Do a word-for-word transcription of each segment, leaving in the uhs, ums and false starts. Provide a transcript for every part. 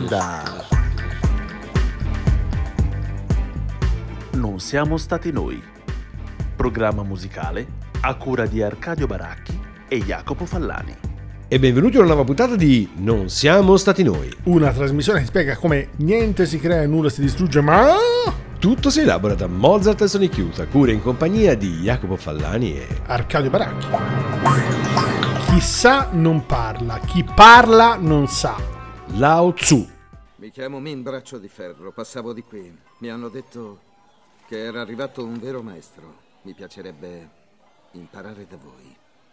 onda. Non siamo stati noi. Programma musicale a cura di Arcadio Baracchi e Jacopo Fallani. E benvenuti a una nuova puntata di Non siamo stati noi. Una trasmissione che spiega come niente si crea e nulla si distrugge, ma tutto si elabora da Mozart e Sonic Youth, a cura in compagnia di Jacopo Fallani e Arcadio Baracchi. Chi sa non parla, chi parla non sa. Lao Tzu. Mi chiamo Min Braccio di Ferro, passavo di qui. Mi hanno detto che era arrivato un vero maestro. Mi piacerebbe imparare da voi.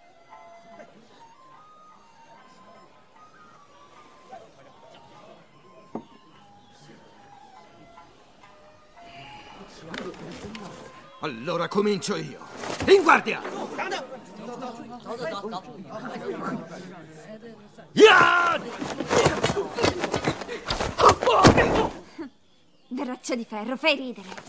Allora comincio io. In guardia! Yeah! Braccio di ferro, fai ridere.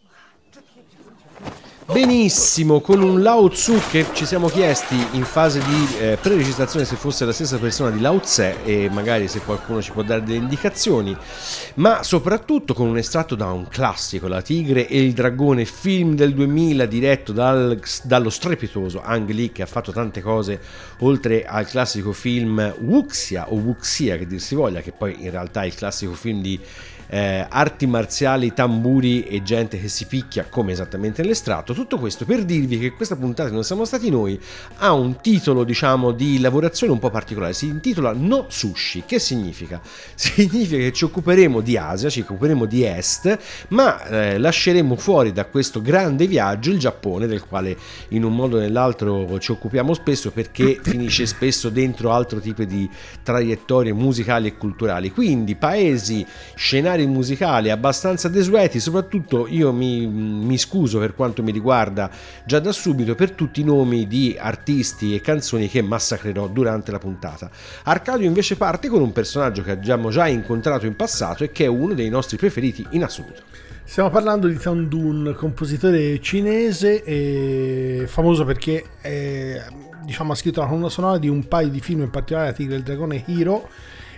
Benissimo, con un Lao Tzu che ci siamo chiesti in fase di eh, pre-registrazione se fosse la stessa persona di Lao Tse, e magari se qualcuno ci può dare delle indicazioni, ma soprattutto con un estratto da un classico, La tigre e il dragone, film del duemila diretto dal, dallo strepitoso Ang Lee, che ha fatto tante cose oltre al classico film Wuxia o Wuxia che dir si voglia, che poi in realtà è il classico film di Eh, arti marziali, tamburi e gente che si picchia, come esattamente nell'estratto. Tutto questo per dirvi che questa puntata Non siamo stati noi ha un titolo, diciamo, di lavorazione un po' particolare. Si intitola No Sushi. Che significa? Significa che ci occuperemo di Asia, ci occuperemo di Est, ma eh, lasceremo fuori da questo grande viaggio il Giappone, del quale in un modo o nell'altro ci occupiamo spesso, perché finisce spesso dentro altro tipo di traiettorie musicali e culturali. Quindi paesi, scenari musicali abbastanza desueti. Soprattutto io mi, mi scuso per quanto mi riguarda già da subito per tutti i nomi di artisti e canzoni che massacrerò durante la puntata. Arcadio invece parte con un personaggio che abbiamo già incontrato in passato e che è uno dei nostri preferiti in assoluto. Stiamo parlando di Thong Dun, compositore cinese, e famoso perché è, diciamo, ha scritto la colonna sonora di un paio di film, in particolare La tigre e il dragone Hero,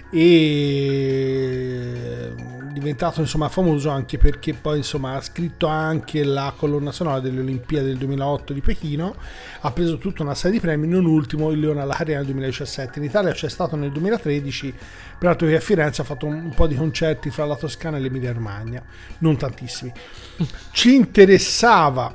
e diventato insomma famoso anche perché poi insomma ha scritto anche la colonna sonora delle Olimpiadi del duemilaotto di Pechino, ha preso tutta una serie di premi, non ultimo il Leone alla Carriera nel duemiladiciassette. In Italia c'è stato nel duemilatredici, peraltro che a Firenze ha fatto un po' di concerti fra la Toscana e l'Emilia Romagna, non tantissimi. Ci interessava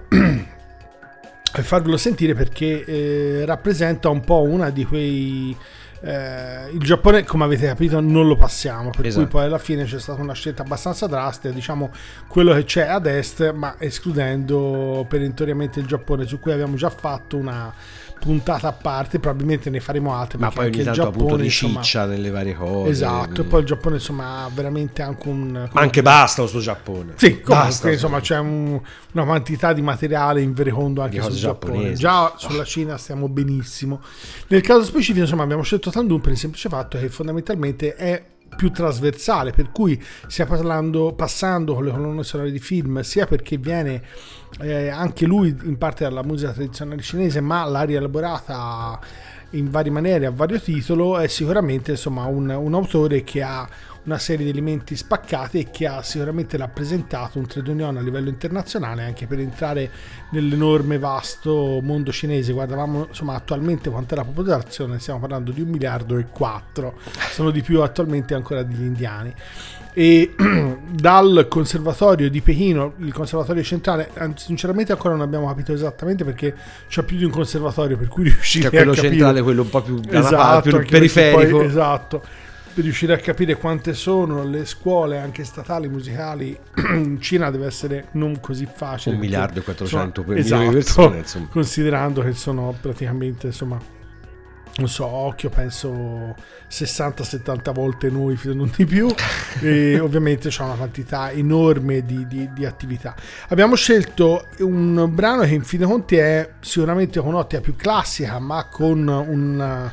farvelo sentire perché eh, rappresenta un po' una di quei Eh, il Giappone, come avete capito, non lo passiamo, per esatto. Cui poi alla fine c'è stata una scelta abbastanza drastica, diciamo quello che c'è ad est, ma escludendo perentoriamente il Giappone, su cui abbiamo già fatto una puntata a parte, probabilmente ne faremo altre, ma poi ogni anche tanto il Giappone, appunto di insomma, ciccia nelle varie cose. Esatto, e poi il Giappone insomma ha veramente anche un, ma anche basta questo Giappone, sì, comunque basta, insomma c'è un, una quantità di materiale inverecondo anche sul Giappone. Già sulla Cina stiamo benissimo. Nel caso specifico insomma abbiamo scelto Thong Dun per il semplice fatto che fondamentalmente è più trasversale, per cui stia parlando, passando con le colonne sonore di film, sia perché viene eh, anche lui in parte dalla musica tradizionale cinese, ma l'ha rielaborata in varie maniere a vario titolo. È sicuramente insomma un, un autore che ha una serie di elementi spaccati e che ha sicuramente rappresentato un trade union a livello internazionale, anche per entrare nell'enorme vasto mondo cinese. Guardavamo insomma attualmente quant'è la popolazione, stiamo parlando di un miliardo e quattro, sono di più attualmente ancora degli indiani. E dal conservatorio di Pechino, il conservatorio centrale, sinceramente ancora non abbiamo capito esattamente perché c'è più di un conservatorio, per cui riuscire cioè, quello a capire, centrale, quello un po' più, esatto, parte, più periferico, poi, esatto, per riuscire a capire quante sono le scuole anche statali musicali in Cina deve essere non così facile, un miliardo e quattrocento per esatto, milioni di persone, insomma. Considerando che sono praticamente insomma non so, occhio, penso sessanta settanta volte noi, non di più, e ovviamente c'è una quantità enorme di, di, di attività. Abbiamo scelto un brano che in fin dei conti è sicuramente con un'ottica più classica, ma con un,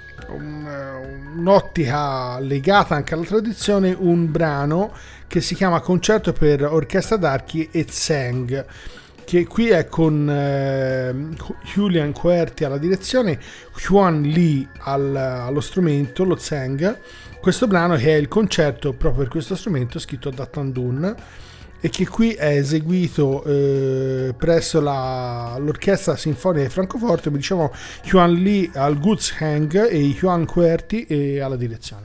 un, un'ottica legata anche alla tradizione, un brano che si chiama Concerto per orchestra d'archi e Zeng, che qui è con eh, Julian Querti alla direzione, Huan Lee al, allo strumento, lo Zheng. Questo brano che è il concerto proprio per questo strumento scritto da Tan Dun e che qui è eseguito eh, presso la, l'orchestra sinfonica di Francoforte, come diciamo, Huan Lee al Guzheng e Juan Querti eh, alla direzione.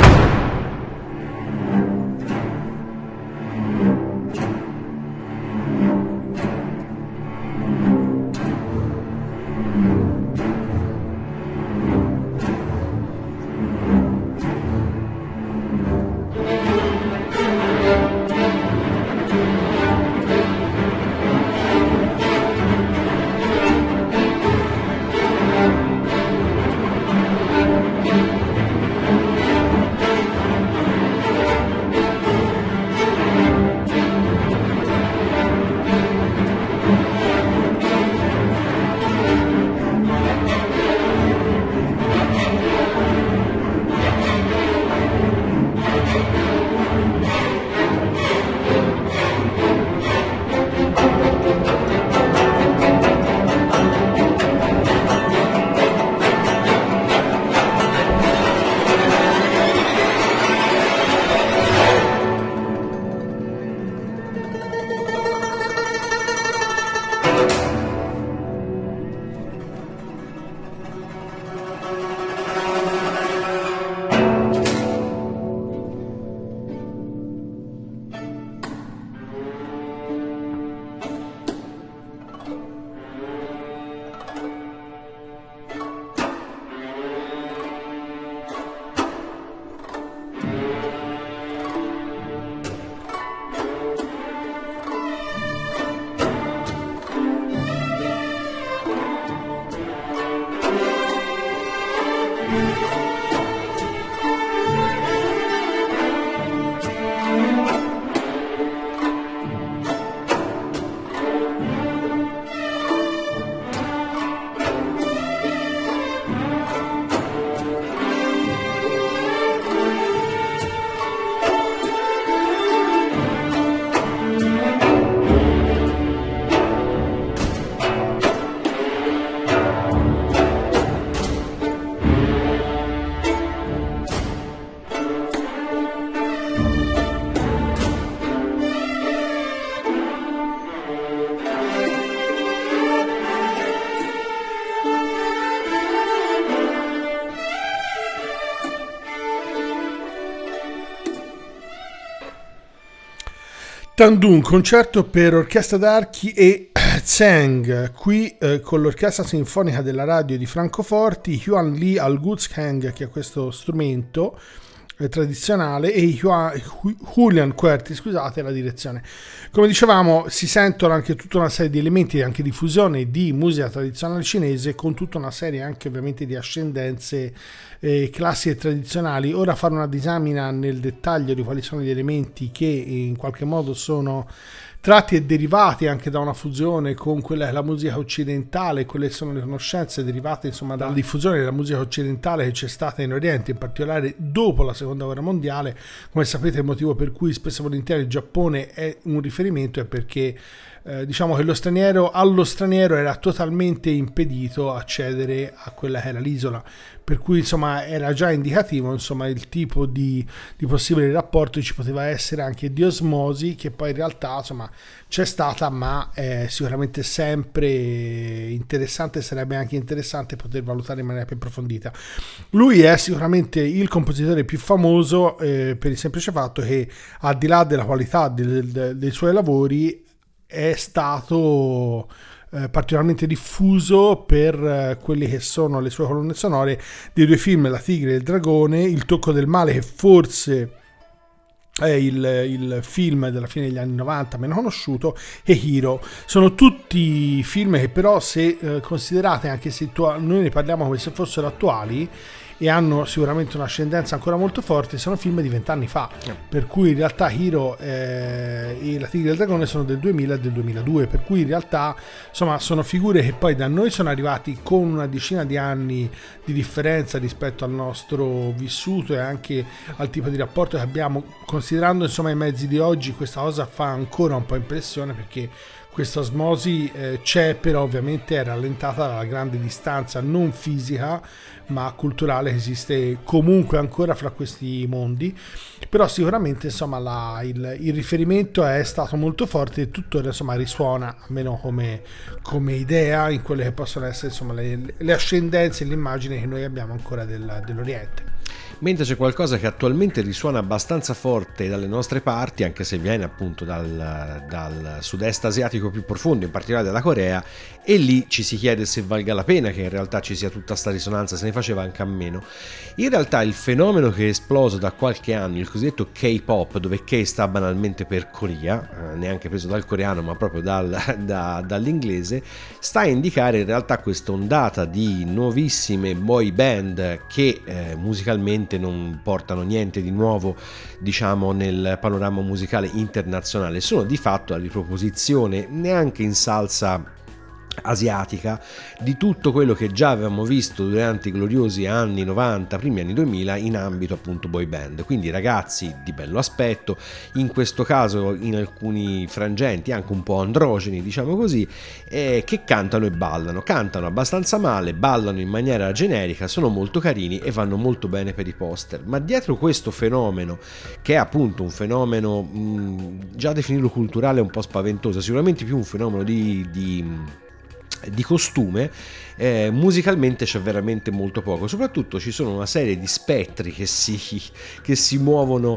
Tan Dun, concerto per orchestra d'archi e Zheng, qui eh, con l'orchestra sinfonica della radio di Francoforte, Huan Lee al Guzheng, che è questo strumento eh, tradizionale, e Juan, Julian Querti, scusate, alla direzione. Come dicevamo, si sentono anche tutta una serie di elementi anche di fusione di musica tradizionale cinese con tutta una serie anche ovviamente di ascendenze eh, classiche e tradizionali. Ora fare una disamina nel dettaglio di quali sono gli elementi che in qualche modo sono tratti e derivati anche da una fusione con quella che è la musica occidentale, quelle sono le conoscenze derivate insomma dalla diffusione della musica occidentale che c'è stata in Oriente, in particolare dopo la seconda guerra mondiale. Come sapete, il motivo per cui spesso e volentieri il Giappone è un riferimento è perché eh, diciamo che lo straniero allo straniero era totalmente impedito accedere a quella che era l'isola, per cui insomma era già indicativo insomma il tipo di, di possibile rapporto che ci poteva essere anche di osmosi, che poi in realtà insomma c'è stata, ma è sicuramente sempre interessante, sarebbe anche interessante poter valutare in maniera più approfondita. Lui è sicuramente il compositore più famoso eh, per il semplice fatto che, al di là della qualità del, del, dei suoi lavori, è stato eh, particolarmente diffuso per eh, quelle che sono le sue colonne sonore dei due film La tigre e il dragone, Il tocco del male, che forse è il, il film della fine degli anni novanta meno conosciuto, e Hero. Sono tutti film che però, se eh, considerate, anche se tu, noi ne parliamo come se fossero attuali e hanno sicuramente un'ascendenza ancora molto forte, sono film di vent'anni fa, yeah. Per cui in realtà Hero eh, e La tigre e il dragone sono del duemila e del duemiladue, per cui in realtà insomma sono figure che poi da noi sono arrivati con una decina di anni di differenza rispetto al nostro vissuto e anche al tipo di rapporto che abbiamo. Considerando insomma i mezzi di oggi, questa cosa fa ancora un po' impressione, perché questa osmosi eh, c'è, però ovviamente è rallentata dalla grande distanza non fisica ma culturale che esiste comunque ancora fra questi mondi. Però sicuramente insomma la, il, il riferimento è stato molto forte e tuttora insomma risuona, almeno come, come idea, in quelle che possono essere insomma le, le ascendenze e l'immagine che noi abbiamo ancora del, dell'Oriente. Mentre c'è qualcosa che attualmente risuona abbastanza forte dalle nostre parti, anche se viene appunto dal, dal sud-est asiatico più profondo, in particolare dalla Corea, e lì ci si chiede se valga la pena che in realtà ci sia tutta sta risonanza, se ne faceva anche a meno. In realtà il fenomeno che è esploso da qualche anno, il cosiddetto K-pop, dove K sta banalmente per Corea, eh, neanche preso dal coreano ma proprio dal, da, dall'inglese, sta a indicare in realtà questa ondata di nuovissime boy band che eh, musicalmente non portano niente di nuovo, diciamo, nel panorama musicale internazionale. Sono di fatto la riproposizione, neanche in salsa asiatica, di tutto quello che già avevamo visto durante i gloriosi anni novanta, primi anni duemila, in ambito appunto boy band. Quindi ragazzi di bello aspetto, in questo caso in alcuni frangenti anche un po' androgeni, diciamo così, eh, che cantano e ballano, cantano abbastanza male, ballano in maniera generica, sono molto carini e vanno molto bene per i poster. Ma dietro questo fenomeno, che è appunto un fenomeno mh, già definirlo culturale è un po' spaventoso, sicuramente più un fenomeno di, di di costume, eh, musicalmente c'è veramente molto poco. Soprattutto ci sono una serie di spettri che si, che si muovono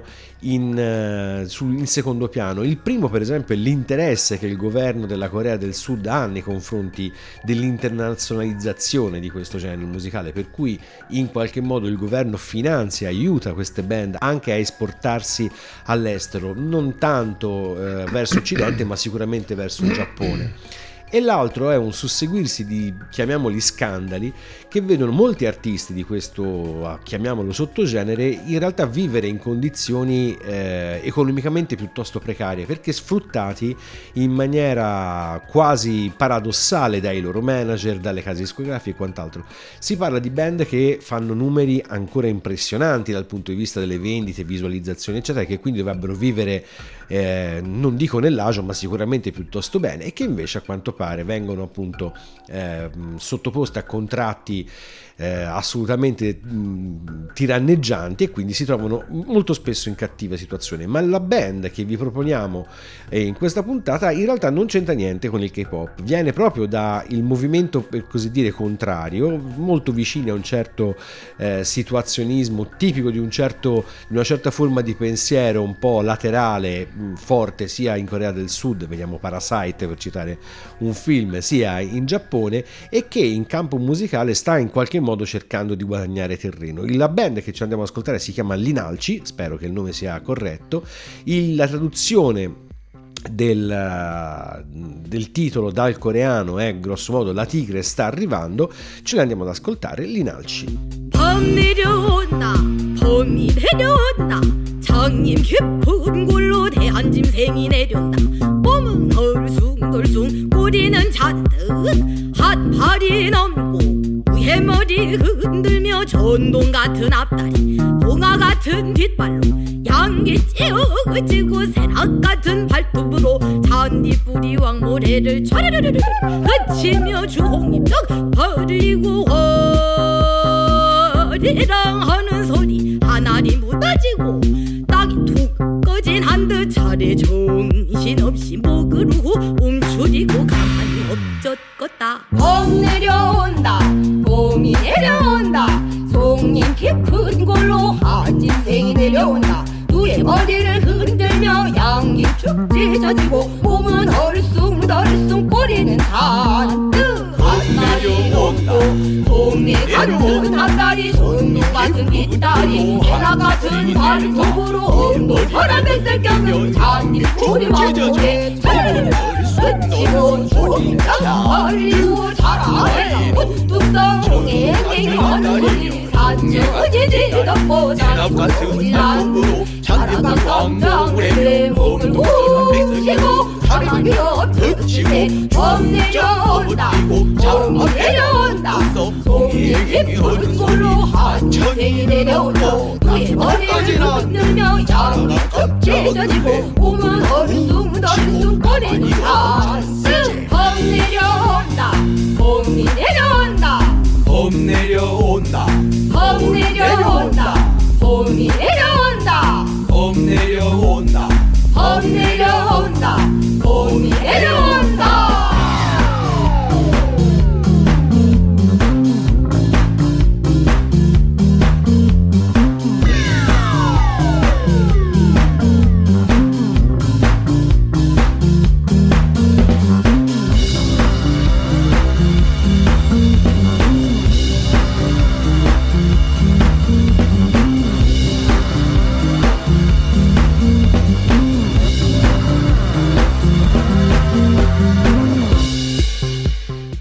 in, uh, sul, in secondo piano. Il primo, per esempio, è l'interesse che il governo della Corea del Sud ha nei confronti dell'internazionalizzazione di questo genere musicale, per cui in qualche modo il governo finanzia, aiuta queste band anche a esportarsi all'estero, non tanto uh, verso Occidente ma sicuramente verso il Giappone. E l'altro è un susseguirsi di, chiamiamoli, scandali che vedono molti artisti di questo, chiamiamolo, sottogenere in realtà vivere in condizioni eh, economicamente piuttosto precarie, perché sfruttati in maniera quasi paradossale dai loro manager, dalle case discografiche e quant'altro. Si parla di band che fanno numeri ancora impressionanti dal punto di vista delle vendite, visualizzazioni eccetera, che quindi dovrebbero vivere eh, non dico nell'agio ma sicuramente piuttosto bene, e che invece a quanto pare vengono appunto eh, sottoposti a contratti eh, assolutamente mh, tiranneggianti e quindi si trovano molto spesso in cattiva situazione. Ma la band che vi proponiamo eh, in questa puntata in realtà non c'entra niente con il K-pop, viene proprio dal movimento, per così dire, contrario, molto vicino a un certo eh, situazionismo tipico di un certo di una certa forma di pensiero un po' laterale, mh, forte sia in Corea del Sud, vediamo Parasite per citare un film, sia in Giappone, e che in campo musicale sta in qualche modo cercando di guadagnare terreno. La band che ci andiamo ad ascoltare si chiama Linalchi, spero che il nome sia corretto. Il, la traduzione del, del titolo dal coreano è grosso modo La tigre sta arrivando. Ce l'andiamo ad ascoltare, Linalchi. 봄 내려온다, 봄이 내려온다, 장님 깊은 골로 대한 짐승이 내려온다. 봄은 덜숭덜숭 꼬리는 잔뜩 핫팔이 넘고 해머리 흔들며 전동 같은 앞다리, 봉화 같은 뒷발로 양기 찌어지고 새낙 같은 발톱으로 잔디뿌리 왕모래를 촤르르르르 그치며 주홍잎떡 벌리고 허리랑 하는 소리 하나리 묻어지고 땅이 툭 꺼진 한듯 차례 정신없이 목으로 움츠리고 가만히 엎젖겄다. 봄 내려온다, 봄이 내려온다, 송님 깊은 골로 한 짐승이 내려온다. 누의 머리를 흔들며 양이 축 찢어지고 몸은 얼숭덜숭 꼬리는 잔뜩 한 마리 없고 봄이 가득 한 다리, 손님 같은 깃다리, 해나 같은 발톱으로 엉덩이 사람의 셀경은 잔디 뿌리 왕고에 스치고 주홍장 얼리고 자라해 뚝성에 앵앵하는 소리 산중지지 덮고 잔고지 않고 자라간 광장에 내 몸을 부시고 사람이 엎치고 봄 내려온다, 봄 내려온다, 송이 깊은 골로 한 짐승이 내려온다. 그의 머리를 흔들며 양이 쭉 찢어지고 몸은 얼숭덜숭 거리는 잔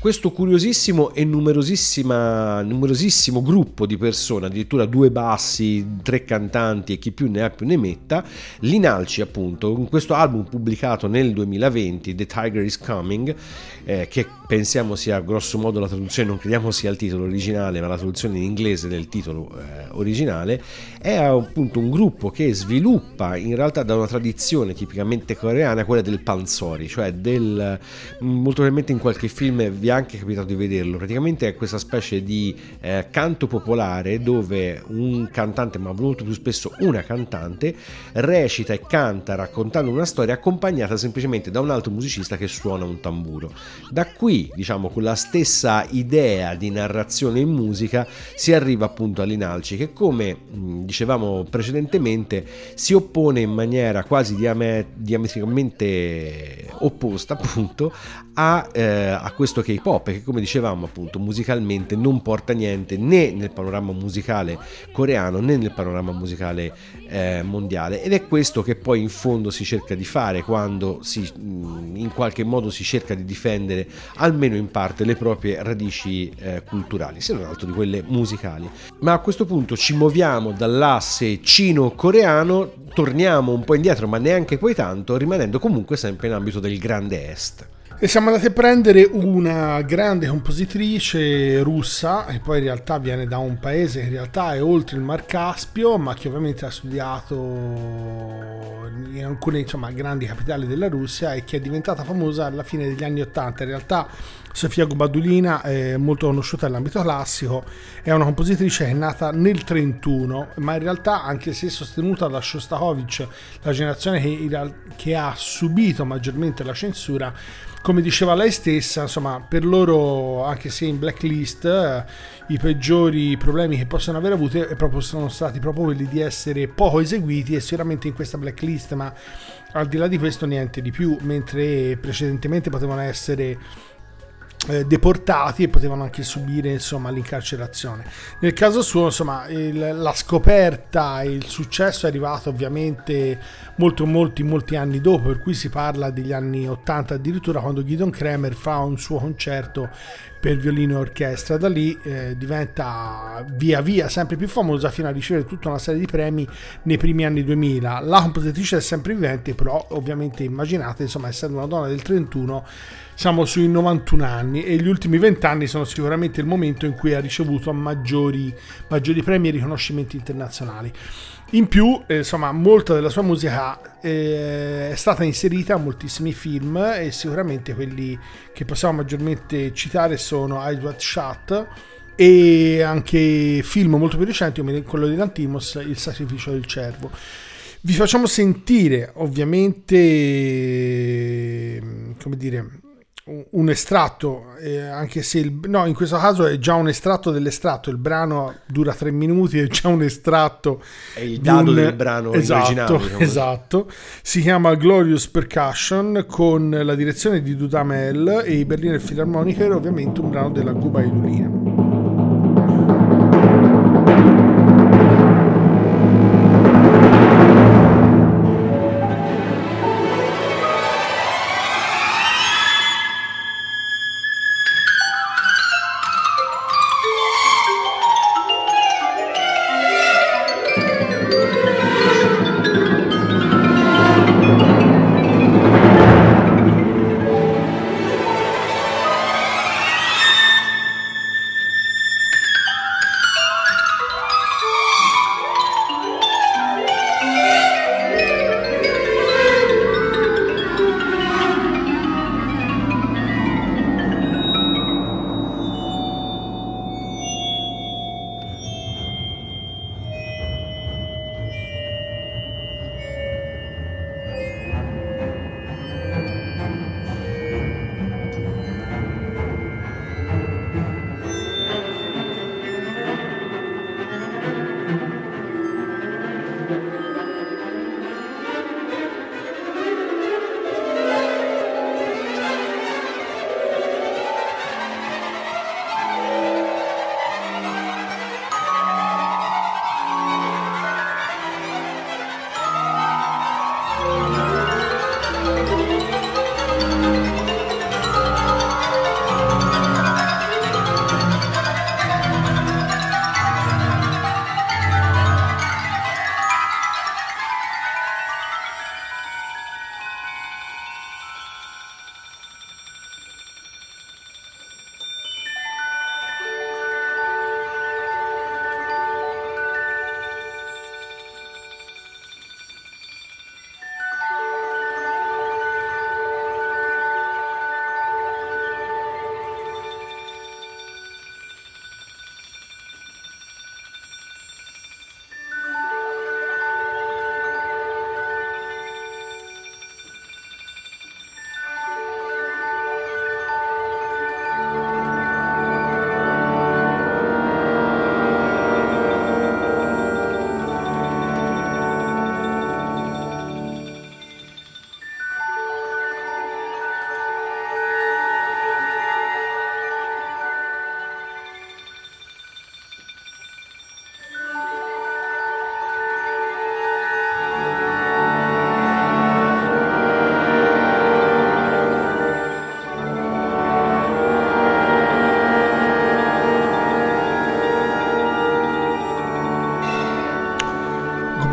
questo curiosissimo e numerosissima, numerosissimo gruppo di persone, addirittura due bassi, tre cantanti e chi più ne ha più ne metta, l'Inalci appunto, in questo album pubblicato nel duemilaventi, The Tiger is Coming, eh, che pensiamo sia grosso modo la traduzione, non crediamo sia il titolo originale, ma la traduzione in inglese del titolo eh, originale, è appunto un gruppo che sviluppa in realtà da una tradizione tipicamente coreana, quella del pansori, cioè del, molto probabilmente in qualche film vi è anche capitato di vederlo, praticamente è questa specie di eh, canto popolare dove un cantante, ma molto più spesso una cantante, recita e canta raccontando una storia accompagnata semplicemente da un altro musicista che suona un tamburo. Da qui, diciamo, con la stessa idea di narrazione in musica si arriva appunto all'Inalci, che come mh, dicevamo precedentemente si oppone in maniera quasi diame- diametricamente opposta appunto a, eh, a questo K-pop, che come dicevamo appunto musicalmente non porta niente né nel panorama musicale coreano né nel panorama musicale eh, mondiale, ed è questo che poi in fondo si cerca di fare quando si mh, in qualche modo si cerca di difendere almeno in parte le proprie radici eh, culturali, se non altro di quelle musicali. Ma a questo punto ci muoviamo dall'asse cino-coreano, torniamo un po' indietro ma neanche poi tanto, rimanendo comunque sempre in ambito del grande est. E siamo andati a prendere una grande compositrice russa, e poi in realtà viene da un paese che in realtà è oltre il Mar Caspio, ma che ovviamente ha studiato in alcune, insomma, grandi capitali della Russia e che è diventata famosa alla fine degli anni Ottanta. In realtà Sofia Gubadulina è molto conosciuta nell'ambito classico, è una compositrice che è nata nel trentuno, ma in realtà, anche se sostenuta da Shostakovich, la generazione che, che ha subito maggiormente la censura, come diceva lei stessa, insomma, per loro, anche se in blacklist, eh, i peggiori problemi che possono aver avuto è proprio, sono stati proprio quelli di essere poco eseguiti, e sicuramente in questa blacklist, ma al di là di questo niente di più, mentre precedentemente potevano essere Eh, deportati e potevano anche subire, insomma, l'incarcerazione. Nel caso suo, insomma, il, la scoperta e il successo è arrivato ovviamente molto molti molti anni dopo, per cui si parla degli anni ottanta addirittura, quando Gideon Kremer fa un suo concerto per violino e orchestra. Da lì eh, diventa via via sempre più famosa fino a ricevere tutta una serie di premi nei primi anni duemila. La compositrice è sempre vivente, però ovviamente immaginate, insomma, essendo una donna del trentuno, siamo sui novantuno anni, e gli ultimi venti anni sono sicuramente il momento in cui ha ricevuto maggiori, maggiori premi e riconoscimenti internazionali. In più, eh, insomma, molta della sua musica eh, è stata inserita in moltissimi film, e sicuramente quelli che possiamo maggiormente citare sono Eyes Wide Shut e anche film molto più recenti come quello di Lanthimos, Il sacrificio del cervo. Vi facciamo sentire ovviamente, come dire, un estratto, eh, anche se il, no, in questo caso è già un estratto dell'estratto, il brano dura tre minuti, è già un estratto, è il dado un, del brano, esatto, originale, diciamo. Esatto, si chiama Glorious Percussion, con la direzione di Dudamel e i Berliner Philharmoniker, ovviamente un brano della Gubaidulina.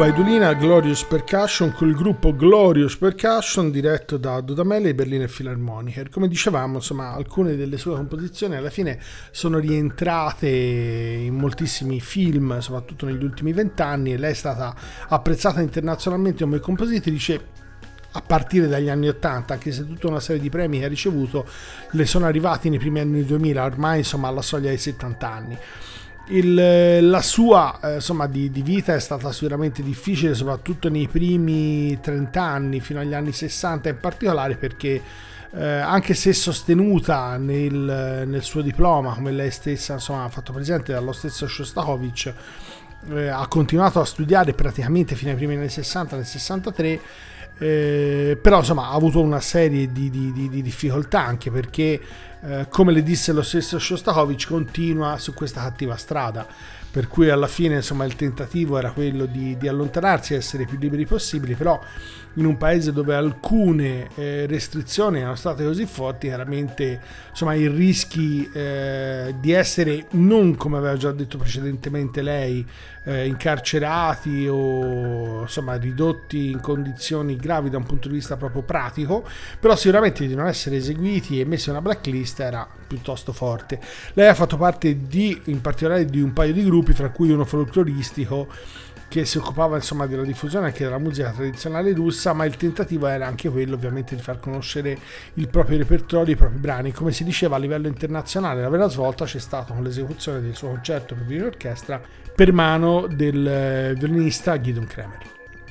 Gubaidulina, Glorious Percussion, col gruppo Glorious Percussion diretto da Dudamel e Berliner Philharmoniker. Come dicevamo, insomma, alcune delle sue composizioni alla fine sono rientrate in moltissimi film, soprattutto negli ultimi vent'anni, e lei è stata apprezzata internazionalmente come compositrice a partire dagli anni ottanta, anche se tutta una serie di premi che ha ricevuto le sono arrivati nei primi anni duemila, ormai insomma alla soglia dei settanta anni. Il, la sua eh, insomma di, di vita è stata sicuramente difficile, soprattutto nei primi trenta anni fino agli anni sessanta in particolare, perché eh, anche se sostenuta nel, nel suo diploma, come lei stessa insomma ha fatto presente dallo stesso Shostakovich, eh, ha continuato a studiare praticamente fino ai primi anni sessanta, nel sessantatré. Eh, però insomma ha avuto una serie di, di, di, di difficoltà, anche perché eh, come le disse lo stesso Shostakovich, continua su questa cattiva strada, per cui alla fine insomma il tentativo era quello di, di allontanarsi e essere più liberi possibili, però in un paese dove alcune eh, restrizioni erano state così forti, chiaramente insomma i rischi eh, di essere, non come aveva già detto precedentemente lei, eh, incarcerati o insomma ridotti in condizioni gravi da un punto di vista proprio pratico, però sicuramente di non essere eseguiti e messi in una blacklist era piuttosto forte. Lei ha fatto parte di, in particolare di un paio di gruppi, fra cui uno folcloristico che si occupava insomma della diffusione anche della musica tradizionale russa, ma il tentativo era anche quello ovviamente di far conoscere il proprio repertorio, i propri brani. Come si diceva, a livello internazionale la vera svolta c'è stata con l'esecuzione del suo concerto per violino e orchestra per mano del violinista Gideon Kremer.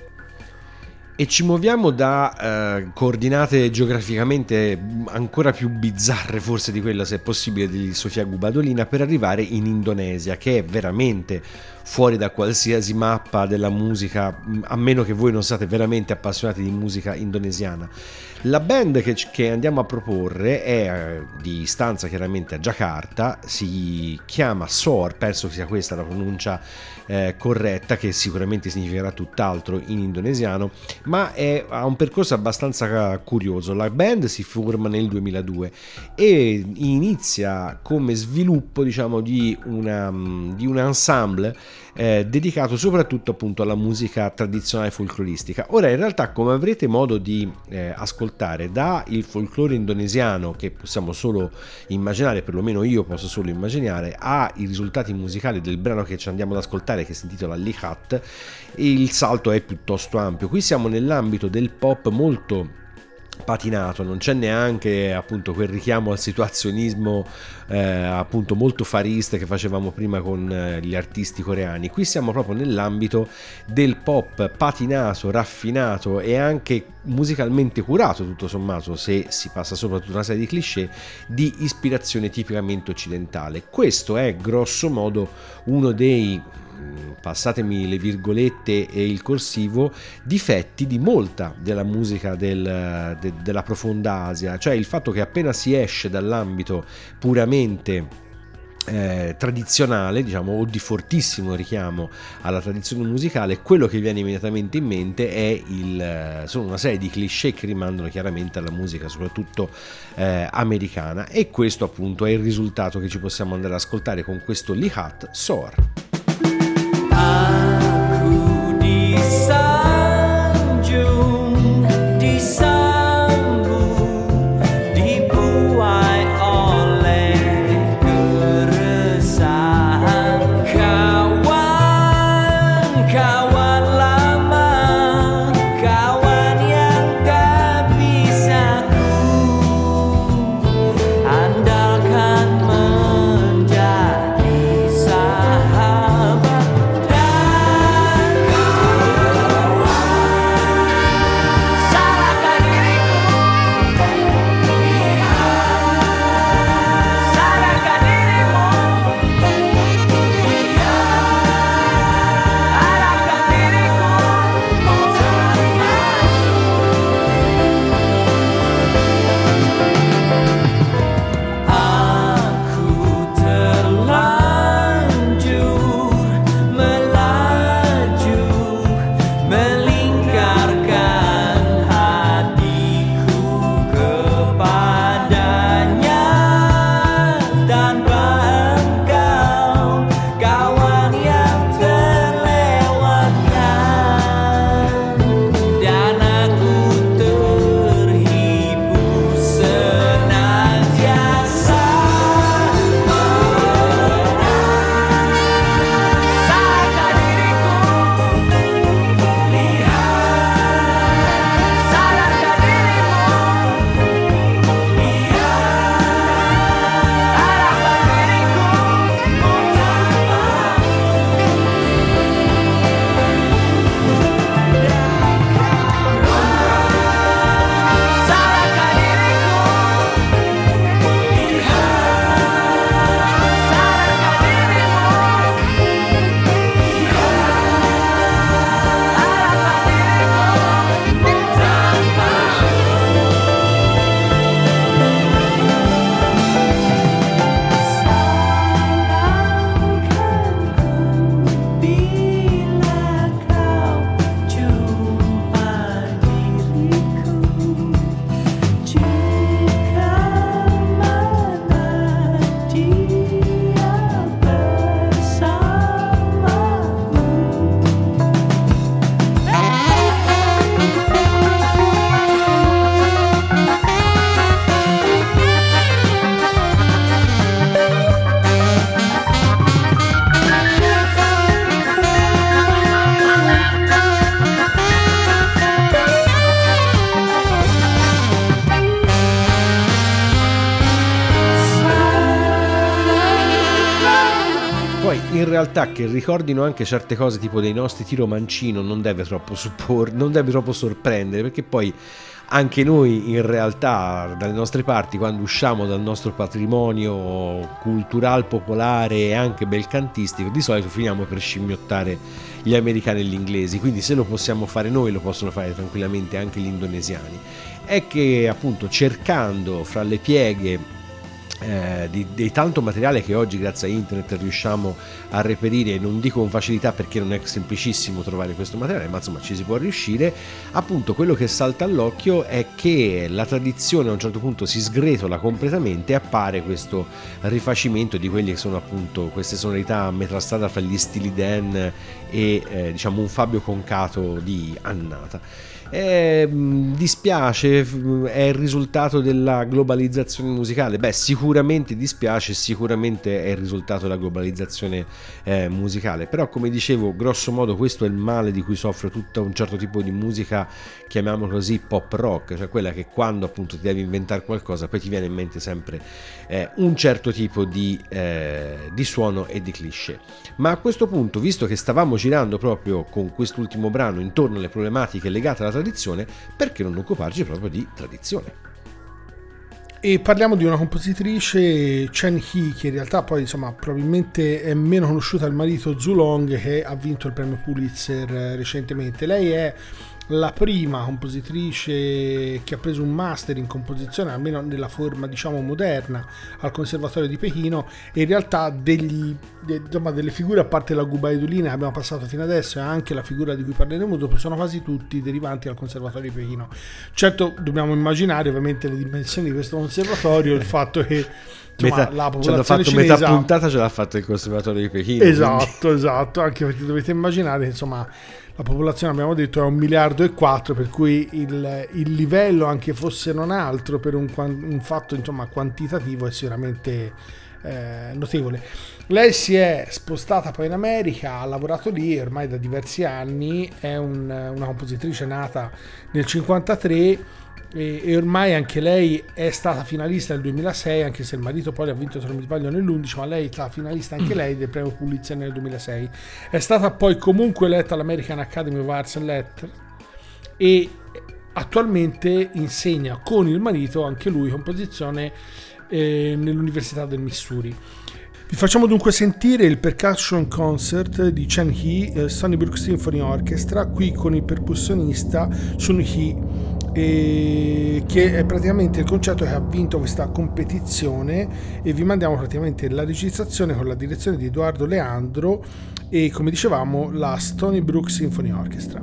E ci muoviamo da eh, coordinate geograficamente ancora più bizzarre forse di quella, se è possibile, di Sofia Gubaidulina, per arrivare in Indonesia, che è veramente fuori da qualsiasi mappa della musica, a meno che voi non siate veramente appassionati di musica indonesiana. La band che, che andiamo a proporre è di stanza chiaramente a Giacarta, si chiama Soar, penso che sia questa la pronuncia eh, corretta, che sicuramente significherà tutt'altro in indonesiano, ma è, ha un percorso abbastanza curioso. La band si forma nel duemiladue e inizia come sviluppo, diciamo, di, una, di un ensemble Eh, dedicato soprattutto appunto alla musica tradizionale folcloristica. Ora in realtà, come avrete modo di eh, ascoltare da il folklore indonesiano, che possiamo solo immaginare, perlomeno io posso solo immaginare, ai risultati musicali del brano che ci andiamo ad ascoltare, che si intitola Lihat, il salto è piuttosto ampio. Qui siamo nell'ambito del pop molto patinato, non c'è neanche appunto quel richiamo al situazionismo eh, appunto molto farista che facevamo prima con eh, gli artisti coreani. Qui siamo proprio nell'ambito del pop patinato, raffinato e anche musicalmente curato, tutto sommato, se si passa sopra tutta una serie di cliché, di ispirazione tipicamente occidentale. Questo è grosso modo uno dei, passatemi le virgolette e il corsivo, difetti di molta della musica del, de, della profonda Asia, cioè il fatto che appena si esce dall'ambito puramente Eh, tradizionale, diciamo, o di fortissimo richiamo alla tradizione musicale, quello che viene immediatamente in mente è il, sono una serie di cliché che rimandano chiaramente alla musica soprattutto eh, americana, e questo appunto è il risultato che ci possiamo andare ad ascoltare con questo Lihat Soar. Aku di sanjung, di sambut, dibuai oleh keresahan. Kawan, kawan lama, kawan yang gak bisa ku andalkan menjadi sahabat. in realtà che ricordino anche certe cose tipo dei nostri Tiro Mancino non deve troppo suppor- non deve troppo sorprendere, perché poi anche noi in realtà dalle nostre parti, quando usciamo dal nostro patrimonio cultural popolare e anche belcantistico, di solito finiamo per scimmiottare gli americani e gli inglesi, quindi se lo possiamo fare noi lo possono fare tranquillamente anche gli indonesiani. È che appunto cercando fra le pieghe Eh, di, di tanto materiale che oggi grazie a internet riusciamo a reperire, non dico con facilità perché non è semplicissimo trovare questo materiale, ma insomma ci si può riuscire, appunto quello che salta all'occhio è che la tradizione a un certo punto si sgretola completamente e appare questo rifacimento di quelli che sono appunto queste sonorità a metà strada fra gli Steely Dan e eh, diciamo un Fabio Concato di annata. Eh, dispiace, è il risultato della globalizzazione musicale? Beh, sicuramente dispiace, sicuramente è il risultato della globalizzazione eh, musicale, però come dicevo, grosso modo questo è il male di cui soffre tutto un certo tipo di musica, chiamiamolo così, pop rock, cioè quella che quando appunto ti devi inventare qualcosa poi ti viene in mente sempre eh, un certo tipo di, eh, di suono e di cliché. Ma a questo punto, visto che stavamo girando proprio con quest'ultimo brano intorno alle problematiche legate alla tradizione, perché non occuparci proprio di tradizione? E parliamo di una compositrice, Chen He, che in realtà poi insomma probabilmente è meno conosciuta del marito Zhu Long, che ha vinto il premio Pulitzer recentemente. Lei è la prima compositrice che ha preso un master in composizione, almeno nella forma diciamo moderna, al Conservatorio di Pechino, e in realtà degli, de, insomma, delle figure, a parte la gubaidulina che abbiamo passato fino adesso e anche la figura di cui parleremo dopo, sono quasi tutti derivanti dal Conservatorio di Pechino. Certo dobbiamo immaginare ovviamente le dimensioni di questo conservatorio, il fatto che insomma, metà, la popolazione fatto, cinese, metà puntata ce l'ha fatta il Conservatorio di Pechino. Esatto, quindi. esatto, anche perché dovete immaginare insomma la popolazione, abbiamo detto, è un miliardo e quattro, per cui il, il livello, anche fosse non altro per un, un fatto insomma quantitativo, è sicuramente eh, notevole. Lei si è spostata poi in America, ha lavorato lì ormai da diversi anni, è un, una compositrice nata nel cinquantatré e, e ormai anche lei è stata finalista nel duemilasei, anche se il marito poi ha vinto, se non mi sbaglio, nell'undici, ma lei è stata finalista anche lei del premio Pulitzer nel duemilasei. È stata poi comunque eletta all'American Academy of Arts and Letters e attualmente insegna con il marito, anche lui, composizione eh, nell'Università del Missouri. Vi facciamo dunque sentire il Percussion Concert di Chen He, eh, Stony Brook Symphony Orchestra, qui con il percussionista Sun Hee, e che è praticamente il concerto che ha vinto questa competizione, e vi mandiamo praticamente la registrazione con la direzione di Edoardo Leandro e, come dicevamo, la Stony Brook Symphony Orchestra.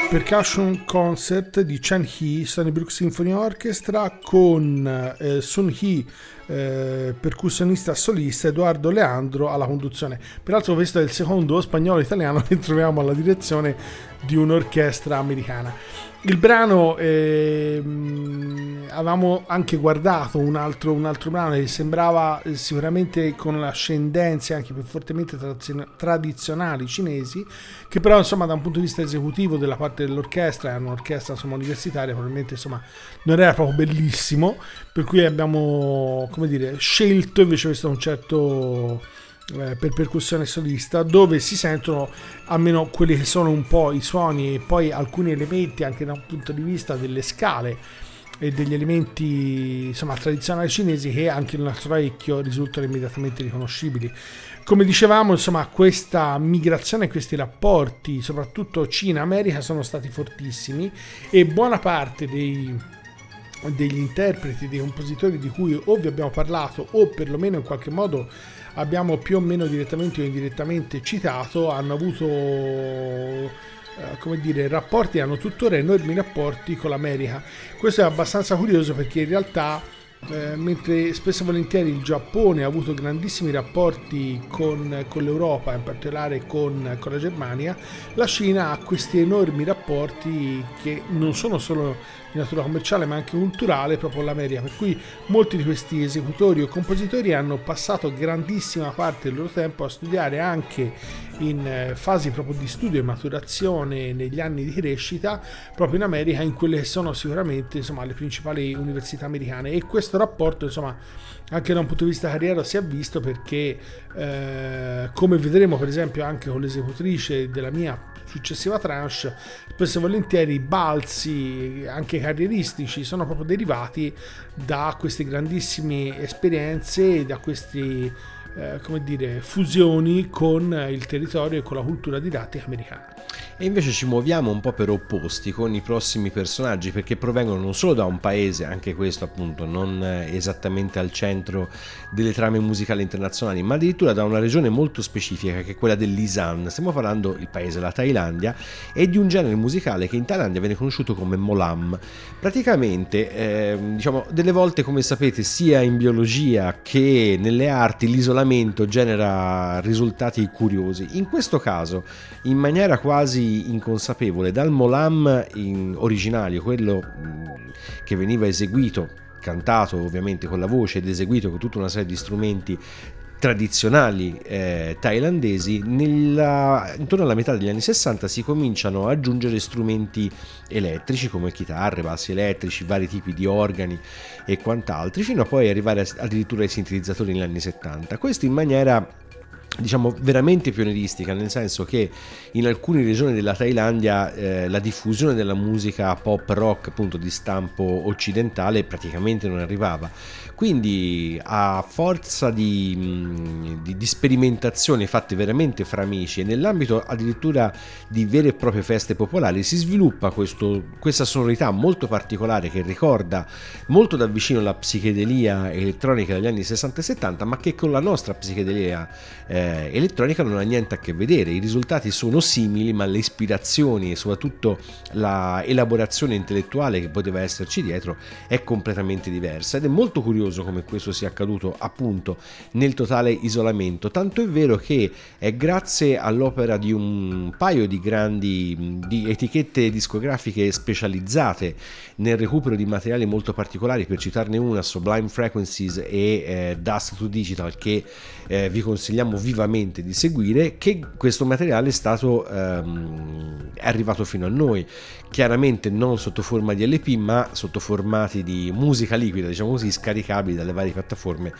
Percussion Concert di Chen He, Stony Brook Symphony Orchestra, con eh, Sun Hee, eh, percussionista solista, Edoardo Leandro alla conduzione. Peraltro questo è il secondo spagnolo italiano che troviamo alla direzione di un'orchestra americana. Il brano, eh, avevamo anche guardato un altro, un altro brano che sembrava sicuramente con ascendenze anche più fortemente tradizionali cinesi, che però insomma da un punto di vista esecutivo della parte dell'orchestra, è un'orchestra insomma universitaria, probabilmente insomma non era proprio bellissimo, per cui abbiamo, come dire, scelto invece questo concerto eh, per percussione solista, dove si sentono almeno quelli che sono un po' i suoni e poi alcuni elementi anche da un punto di vista delle scale e degli elementi insomma tradizionali cinesi che anche nel nostro orecchio risultano immediatamente riconoscibili. Come dicevamo, insomma, questa migrazione, questi rapporti, soprattutto Cina-America, sono stati fortissimi, e buona parte dei, degli interpreti, dei compositori di cui o vi abbiamo parlato o perlomeno in qualche modo abbiamo più o meno direttamente o indirettamente citato, hanno avuto eh, come dire, rapporti, hanno tuttora enormi rapporti con l'America. Questo è abbastanza curioso perché in realtà Eh, mentre spesso e volentieri il Giappone ha avuto grandissimi rapporti con, con l'Europa, in particolare con, con la Germania, la Cina ha questi enormi rapporti che non sono solo di natura commerciale ma anche culturale proprio l'America, per cui molti di questi esecutori o compositori hanno passato grandissima parte del loro tempo a studiare anche in fasi proprio di studio e maturazione negli anni di crescita proprio in America, in quelle che sono sicuramente insomma le principali università americane. E questo rapporto insomma anche da un punto di vista carriera si è visto perché eh, come vedremo per esempio anche con l'esecutrice della mia successiva tranche, spesso e volentieri i balzi anche carrieristici sono proprio derivati da queste grandissime esperienze, da questi eh, come dire fusioni con il territorio e con la cultura didattica americana. E invece ci muoviamo un po' per opposti con i prossimi personaggi, perché provengono non solo da un paese, anche questo appunto non esattamente al centro delle trame musicali internazionali, ma addirittura da una regione molto specifica che è quella dell'Isan. Stiamo parlando, il paese, la Thailandia, e di un genere musicale che in Thailandia viene conosciuto come Molam. Praticamente, eh, diciamo, delle volte, come sapete, sia in biologia che nelle arti l'isolamento genera risultati curiosi. In questo caso, in maniera quasi inconsapevole, dal Molam in originario, quello che veniva eseguito, cantato ovviamente con la voce ed eseguito con tutta una serie di strumenti tradizionali eh, thailandesi, nella, intorno alla metà degli anni sessanta si cominciano ad aggiungere strumenti elettrici come chitarre, bassi elettrici, vari tipi di organi e quant'altro, fino a poi arrivare addirittura ai sintetizzatori negli anni settanta. Questo in maniera diciamo veramente pionieristica, nel senso che in alcune regioni della Thailandia eh, la diffusione della musica pop rock appunto di stampo occidentale praticamente non arrivava, quindi a forza di, di, di sperimentazioni fatte veramente fra amici e nell'ambito addirittura di vere e proprie feste popolari si sviluppa questo, questa sonorità molto particolare che ricorda molto da vicino la psichedelia elettronica degli anni sessanta e settanta, ma che con la nostra psichedelia eh, elettronica non ha niente a che vedere. I risultati sono simili, ma le ispirazioni e soprattutto la elaborazione intellettuale che poteva esserci dietro è completamente diversa, ed è molto curioso come questo sia accaduto appunto nel totale isolamento, tanto è vero che è grazie all'opera di un paio di grandi di etichette discografiche specializzate nel recupero di materiali molto particolari, per citarne una Sublime Frequencies e eh, Dust to Digital, che eh, vi consigliamo vivamente di seguire, che questo materiale è stato ehm, è arrivato fino a noi, chiaramente non sotto forma di L P ma sotto formati di musica liquida, diciamo così, scaricabili dalle varie piattaforme,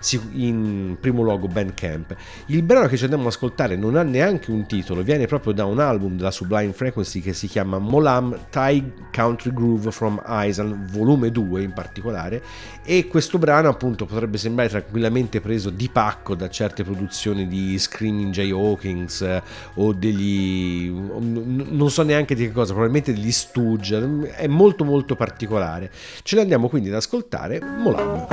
in primo luogo Bandcamp. Il brano che ci andiamo ad ascoltare non ha neanche un titolo, viene proprio da un album della Sublime Frequency che si chiama Molam Thai Country Groove from Isan volume due in particolare, e questo brano appunto potrebbe sembrare tranquillamente preso di pacco da certe produzioni di Screaming Jay Hawkins eh, o degli non so neanche di che cosa, probabilmente degli Stooge, è molto molto particolare. Ce ne andiamo quindi ad ascoltare Molam.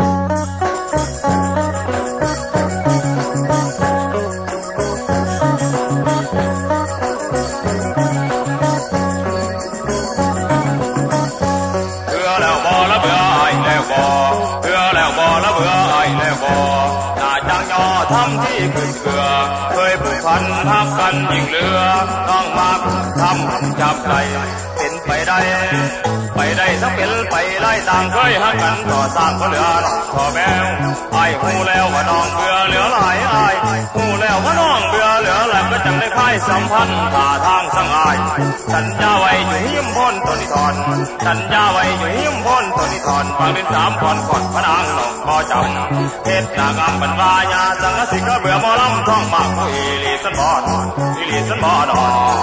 ขึ้นเกลือเคยผูกพันทักกันยิ่งเหลือน้องมาทำจับใจเป็นไปได้ไปได้สักเป็นไปได้ต่างเคยหักกันต่อสร้างก็เหลือน้องต่อแมวไอ้หูแล้วว่าน้องเบื่อเหลือหลายไอ้หูแล้วว่าน้องเบื่อเหลือหลายก็จังได้ค่ายสัมพันธ์ท่าทางสังอายสัญญาไว้อยู่หิมพ้นตัวนิทอนสัญญาไว้อยู่หิมพ้นตัวนิทอนฟังเป็นสามคนก่อนพระนางน้องพอจำเพชรนางามบรรวายาสังกะสิก็เบื่อหมอลำท่องมากผู้อีลีสันบอนอีลีสันบอน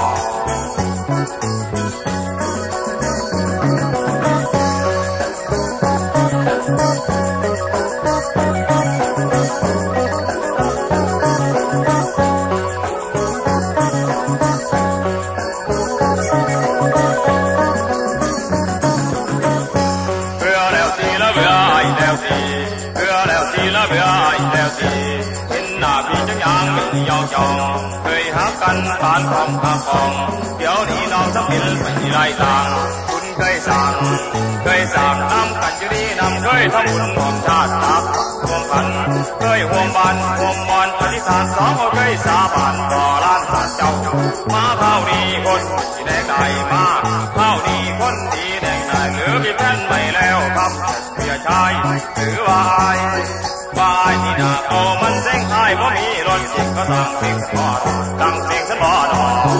เคยหากันผ่านของหาของเดี๋ยวนี้น้องสักเป็นไม่ได้ต่างคุณเคยสั่งเคยสั่งน้ำกันอยู่ดีน้ำเคยทำบุญห่วงชาติรักห่วงพันเคยห่วงบ้านห่วงบอนอธิษฐานสองเคยสาบานต่อล้านศาลเจ้ามาเท่านี้คนที่แดงได้มาเท่านี้คนที่แดงได้เหลือพี่แท่นไม่แล้วคำเสียชายหรือว่าอายว่าอายที่หน้าเอามันเส้งอายเพราะมีรถจิตก็ตั้งเสียงสมอดตั้งเสียงสมอด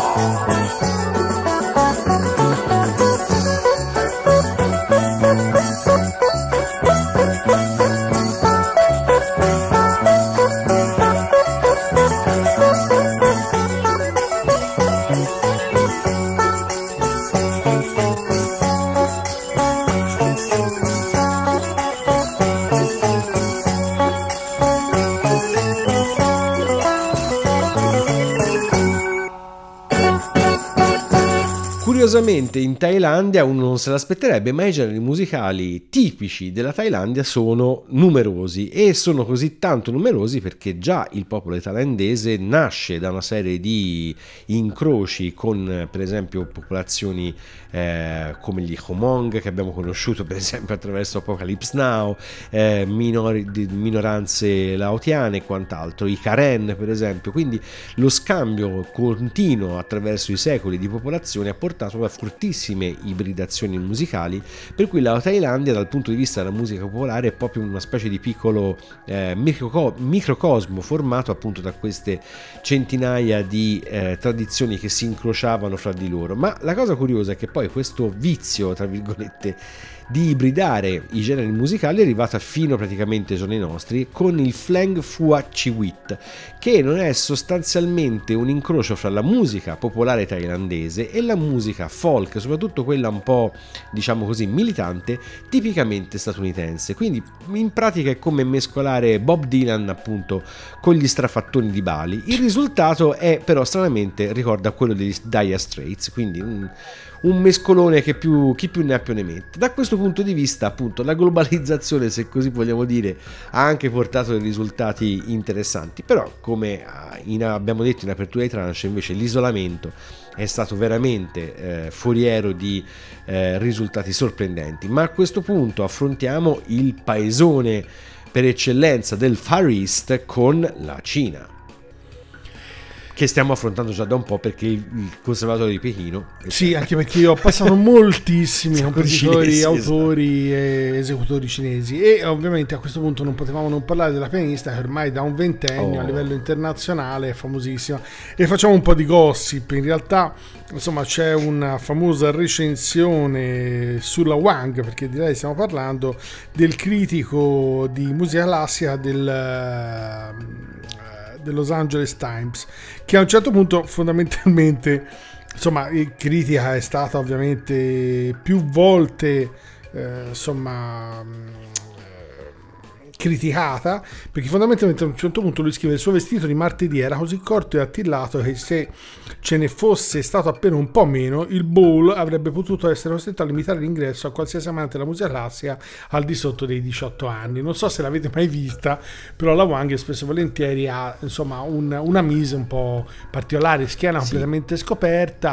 Curiosamente in Thailandia uno non se l'aspetterebbe, ma i generi musicali tipici della Thailandia sono numerosi e sono così tanto numerosi perché già il popolo thailandese nasce da una serie di incroci con per esempio popolazioni eh, come gli Hmong che abbiamo conosciuto per esempio attraverso Apocalypse Now, eh, minori, minoranze laotiane e quant'altro, i Karen per esempio, quindi lo scambio continuo attraverso i secoli di popolazione ha portato a fortissime ibridazioni musicali, per cui la Thailandia dal punto di vista della musica popolare è proprio una specie di piccolo eh, micro, microcosmo formato appunto da queste centinaia di eh, tradizioni che si incrociavano fra di loro. Ma la cosa curiosa è che poi questo vizio tra virgolette di ibridare i generi musicali è arrivata fino praticamente ai giorni nostri con il Fleng Phua Chiwit, che non è sostanzialmente un incrocio fra la musica popolare thailandese e la musica folk, soprattutto quella un po' diciamo così militante, tipicamente statunitense. Quindi in pratica è come mescolare Bob Dylan appunto con gli strafattoni di Bali. Il risultato è però stranamente ricorda quello degli Dire Straits, quindi un, un mescolone che più, chi più ne ha più ne mette. Da questo punto di vista appunto la globalizzazione, se così vogliamo dire, ha anche portato dei risultati interessanti, però come in, abbiamo detto in apertura di tranche invece l'isolamento è stato veramente eh, foriero di eh, risultati sorprendenti. Ma a questo punto affrontiamo il paesone per eccellenza del Far East con la Cina, che stiamo affrontando già da un po' perché il conservatorio di Pechino, sì, anche perché io ho passato moltissimi compositori, cinesi, autori e esecutori cinesi, e ovviamente a questo punto non potevamo non parlare della pianista che ormai da un ventennio oh. a livello internazionale è famosissima. E facciamo un po' di gossip. In realtà insomma c'è una famosa recensione sulla Wang, perché di lei stiamo parlando, del critico di musica classica del del Los Angeles Times, che a un certo punto fondamentalmente insomma critica è stata ovviamente più volte eh, insomma criticata, perché fondamentalmente a un certo punto lui scrive: il suo vestito di martedì era così corto e attillato che se ce ne fosse stato appena un po' meno, il ball avrebbe potuto essere costretto a limitare l'ingresso a qualsiasi amante della musica classica al di sotto dei diciotto anni. Non so se l'avete mai vista, però la Wang spesso e volentieri ha insomma un, una mise un po' particolare, schiena completamente sì. scoperta,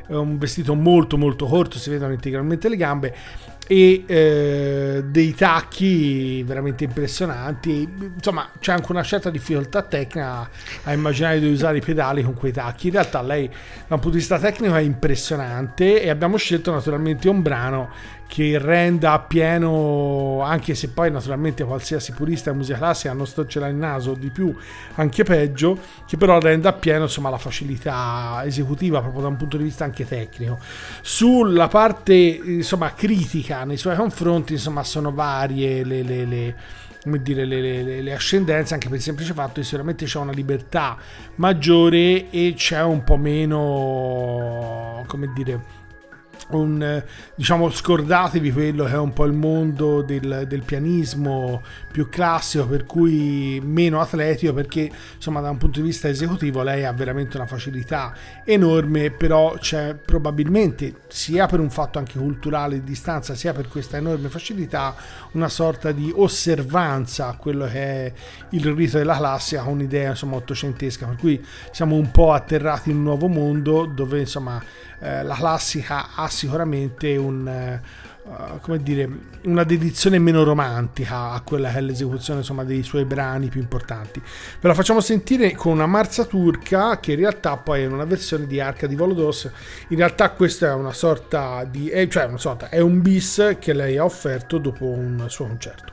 un vestito molto molto corto, si vedono integralmente le gambe, e eh, dei tacchi veramente impressionanti. Insomma, c'è anche una certa difficoltà tecnica a immaginare di usare i pedali con quei tacchi. In realtà lei da un punto di vista tecnico è impressionante, e abbiamo scelto naturalmente un brano che renda appieno, anche se poi naturalmente qualsiasi purista di musica classica non sto ce l'ha il naso di più, anche peggio, che però renda appieno insomma la facilità esecutiva proprio da un punto di vista anche tecnico. Sulla parte insomma critica nei suoi confronti, insomma, sono varie le, le, le come dire, le, le, le ascendenze, anche per il semplice fatto che sicuramente c'è una libertà maggiore e c'è un po' meno, come dire, un, diciamo, scordatevi quello che è un po' il mondo del, del pianismo più classico, per cui meno atletico, perché insomma da un punto di vista esecutivo lei ha veramente una facilità enorme, però c'è probabilmente, sia per un fatto anche culturale di distanza, sia per questa enorme facilità, una sorta di osservanza a quello che è il rito della classica, con un'idea insomma ottocentesca, per cui siamo un po' atterrati in un nuovo mondo dove insomma eh, la classica ha sicuramente un uh, come dire, una dedizione meno romantica a quella che è l'esecuzione insomma dei suoi brani più importanti. Ve la facciamo sentire con una marcia turca, che in realtà poi è una versione di Arca di Volodos. In realtà questa è una sorta di eh, cioè una sorta è un bis che lei ha offerto dopo un suo concerto.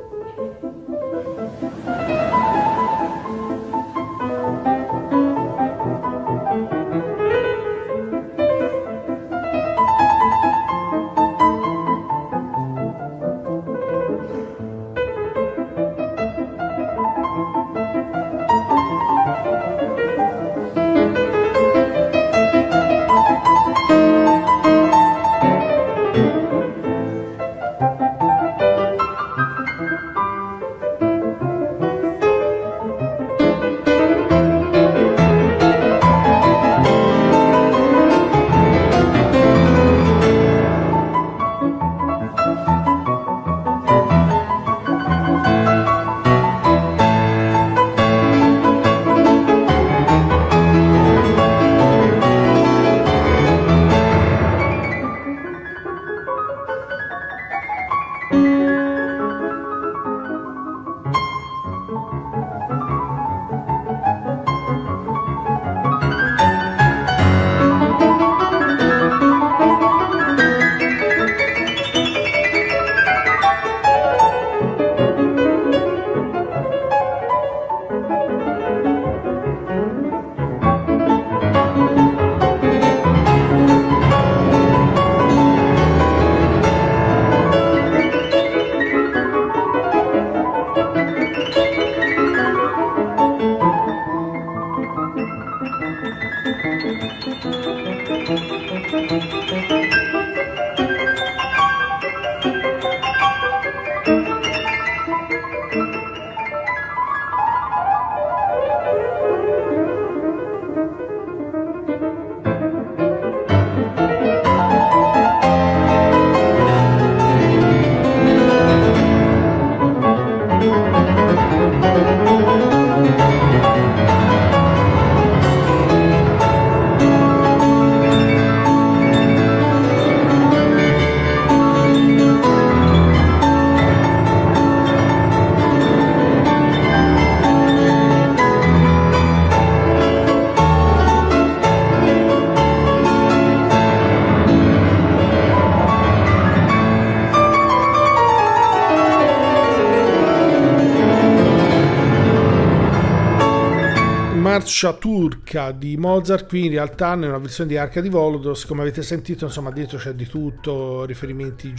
Marcia turca di Mozart, qui in realtà nella versione di Arca di Volodos, come avete sentito, insomma dietro c'è di tutto, riferimenti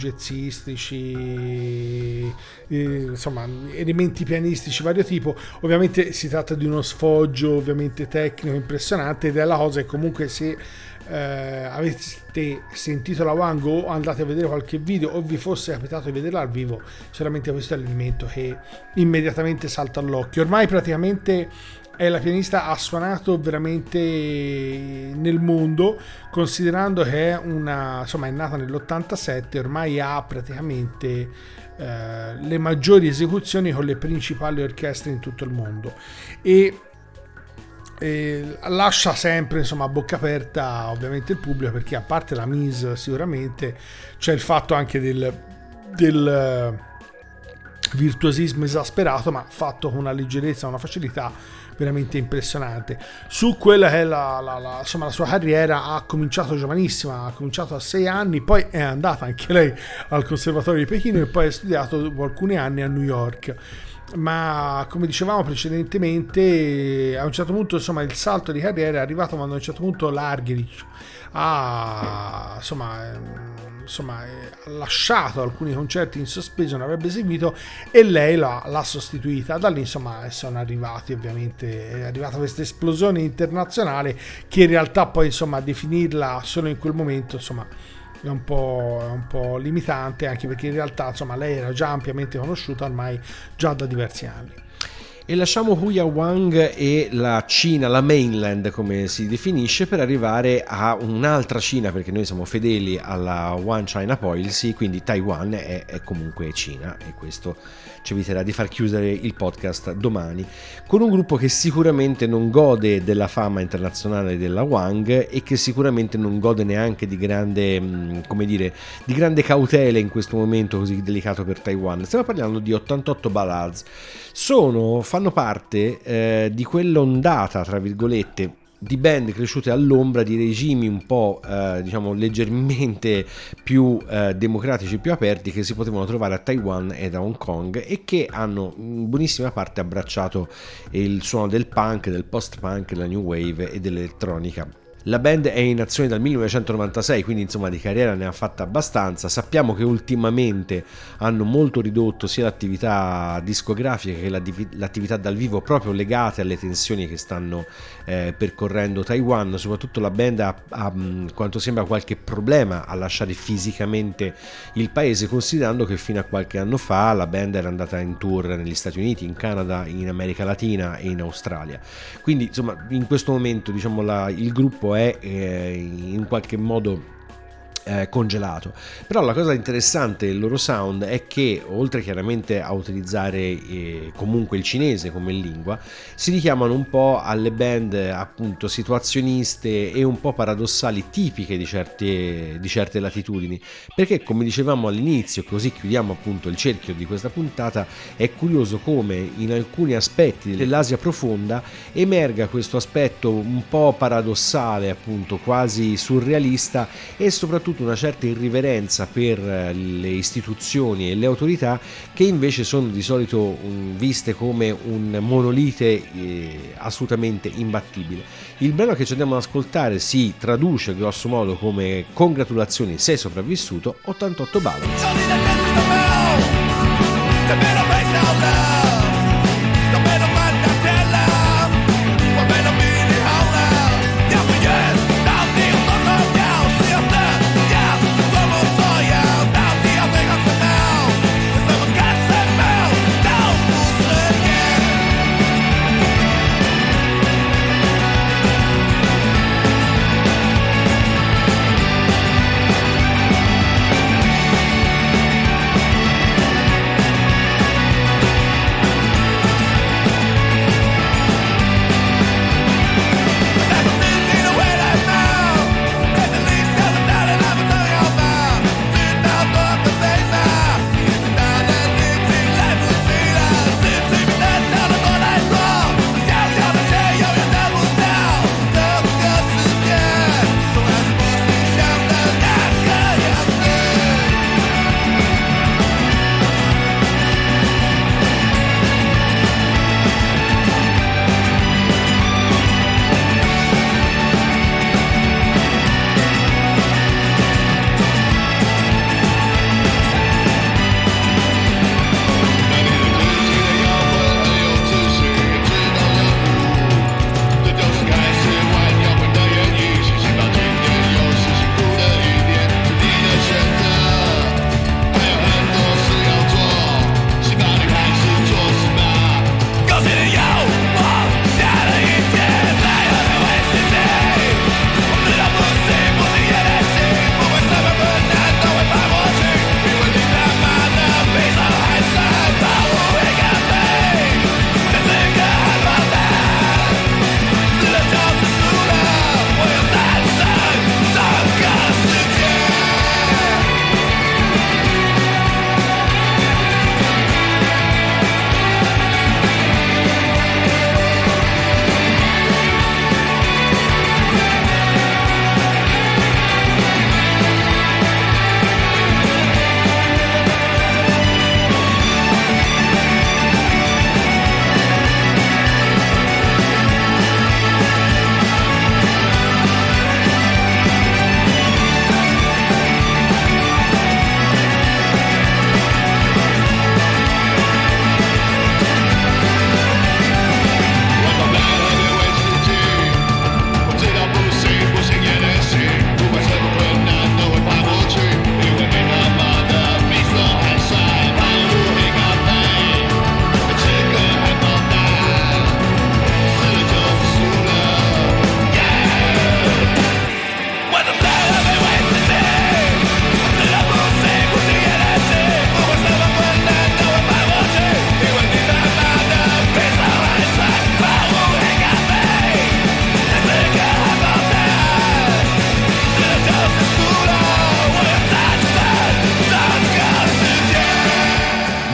jazzistici, eh, insomma elementi pianistici vario tipo. Ovviamente si tratta di uno sfoggio ovviamente tecnico impressionante, ed è la cosa che comunque, se eh, avete sentito la Wango o andate a vedere qualche video o vi fosse capitato di vederla al vivo, sicuramente questo è l'elemento che immediatamente salta all'occhio. Ormai praticamente è la pianista ha suonato veramente nel mondo, considerando che è una, insomma, è nata nell'ottantasette, ormai ha praticamente eh, le maggiori esecuzioni con le principali orchestre in tutto il mondo. E E lascia sempre insomma a bocca aperta ovviamente il pubblico, perché a parte la mise sicuramente c'è il fatto anche del, del virtuosismo esasperato, ma fatto con una leggerezza, una facilità veramente impressionante. Su quella che è la, la, la, insomma, la sua carriera, ha cominciato giovanissima, ha cominciato a sei anni, poi è andata anche lei al Conservatorio di Pechino e poi ha studiato dopo alcuni anni a New York. Ma come dicevamo precedentemente, a un certo punto insomma il salto di carriera è arrivato quando a un certo punto l'Argerich ha insomma, insomma ha lasciato alcuni concerti in sospeso, non avrebbe seguito, e lei l'ha, l'ha sostituita. Da lì insomma sono arrivati, ovviamente è arrivata questa esplosione internazionale che in realtà poi insomma definirla solo in quel momento insomma è un po', è un po' limitante, anche perché in realtà insomma lei era già ampiamente conosciuta ormai già da diversi anni. E lasciamo Huya Wang e la Cina, la mainland come si definisce, per arrivare a un'altra Cina, perché noi siamo fedeli alla One China Policy, quindi Taiwan è, è comunque Cina, e questo ci eviterà di far chiudere il podcast domani, con un gruppo che sicuramente non gode della fama internazionale della Wang e che sicuramente non gode neanche di grande, come dire, di grande cautela in questo momento così delicato per Taiwan. Stiamo parlando di ottantotto Ballads. Sono, fanno parte eh, di quell'ondata, tra virgolette, di band cresciute all'ombra di regimi un po' eh, diciamo leggermente più eh, democratici, più aperti, che si potevano trovare a Taiwan ed a Hong Kong, e che hanno in buonissima parte abbracciato il suono del punk, del post-punk, della new wave e dell'elettronica. La band è in azione dal millenovecentonovantasei, quindi insomma di carriera ne ha fatta abbastanza. Sappiamo che ultimamente hanno molto ridotto sia l'attività discografica che l'attività dal vivo, proprio legate alle tensioni che stanno eh, percorrendo Taiwan. Soprattutto la band ha, ha quanto sembra qualche problema a lasciare fisicamente il paese, considerando che fino a qualche anno fa la band era andata in tour negli Stati Uniti, in Canada, in America Latina e in Australia. Quindi insomma in questo momento diciamo la, il gruppo è eh, in qualche modo Eh, congelato. Però la cosa interessante del loro sound è che, oltre chiaramente a utilizzare eh, comunque il cinese come lingua, si richiamano un po' alle band appunto situazioniste e un po' paradossali tipiche di certe, di certe latitudini, perché come dicevamo all'inizio, così chiudiamo appunto il cerchio di questa puntata, è curioso come in alcuni aspetti dell'Asia profonda emerga questo aspetto un po' paradossale, appunto quasi surrealista, e soprattutto una certa irriverenza per le istituzioni e le autorità, che invece sono di solito um, viste come un monolite eh, assolutamente imbattibile. Il brano che ci andiamo ad ascoltare si traduce grosso modo come "congratulazioni, sei sopravvissuto", ottantotto Ballads.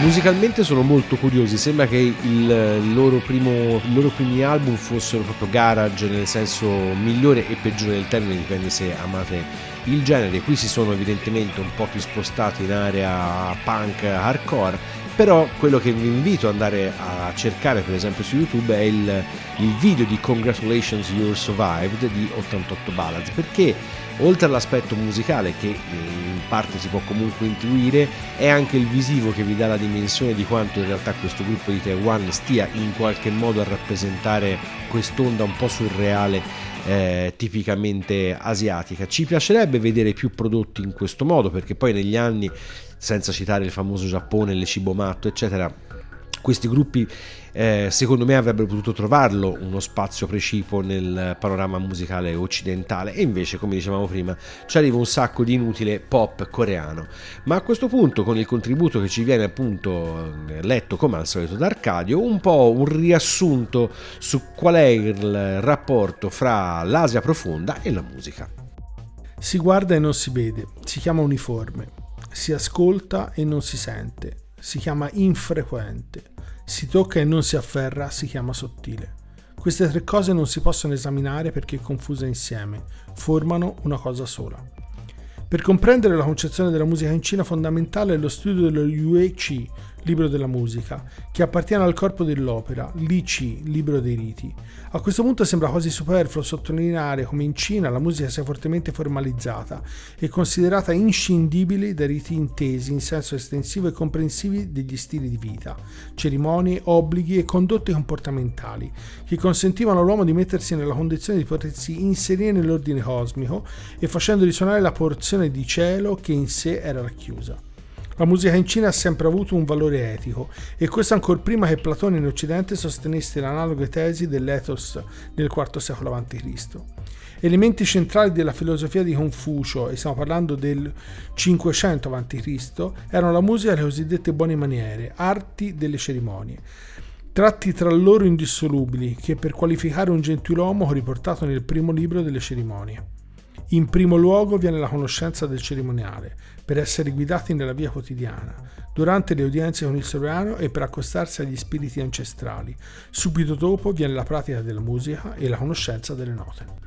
musicalmente sono molto curiosi, sembra che il, il loro primo, i loro primi album fossero proprio garage nel senso migliore e peggiore del termine, dipende se amate il genere. Qui si sono evidentemente un po' più spostati in area punk hardcore, però quello che vi invito ad andare a cercare per esempio su YouTube è il, il video di Congratulations You're Survived di ottantotto Ballads, perché oltre all'aspetto musicale che in parte si può comunque intuire, è anche il visivo che vi dà la dimensione di quanto in realtà questo gruppo di Taiwan stia in qualche modo a rappresentare quest'onda un po' surreale eh, tipicamente asiatica. Ci piacerebbe vedere più prodotti in questo modo, perché poi negli anni, senza citare il famoso Giappone, le Cibomatto eccetera, questi gruppi eh, secondo me avrebbero potuto trovarlo uno spazio precipuo nel panorama musicale occidentale, e invece, come dicevamo prima, ci arriva un sacco di inutile pop coreano. Ma a questo punto, con il contributo che ci viene appunto letto come al solito da Arcadio, un po' un riassunto su qual è il rapporto fra l'Asia profonda e la musica. Si guarda e non si vede, si chiama uniforme; si ascolta e non si sente, si chiama infrequente; si tocca e non si afferra, si chiama sottile. Queste tre cose non si possono esaminare perché confuse insieme, formano una cosa sola. Per comprendere la concezione della musica in Cina fondamentale è lo studio dello Yue Qi, libro della musica, che appartiene al corpo dell'opera, Li Qi, libro dei riti. A questo punto sembra quasi superfluo sottolineare come in Cina la musica sia fortemente formalizzata e considerata inscindibile dai riti intesi in senso estensivo e comprensivi degli stili di vita, cerimonie, obblighi e condotte comportamentali, che consentivano all'uomo di mettersi nella condizione di potersi inserire nell'ordine cosmico e facendo risuonare la porzione di cielo che in sé era racchiusa. La musica in Cina ha sempre avuto un valore etico, e questo ancor prima che Platone in Occidente sostenesse le analoghe tesi dell'ethos nel quarto secolo avanti Cristo. Elementi centrali della filosofia di Confucio, e stiamo parlando del cinquecento avanti Cristo, erano la musica e le cosiddette buone maniere, arti delle cerimonie, tratti tra loro indissolubili, che per qualificare un gentiluomo ho riportato nel primo libro delle cerimonie. In primo luogo viene la conoscenza del cerimoniale, per essere guidati nella via quotidiana, durante le udienze con il sovrano e per accostarsi agli spiriti ancestrali. Subito dopo viene la pratica della musica e la conoscenza delle note.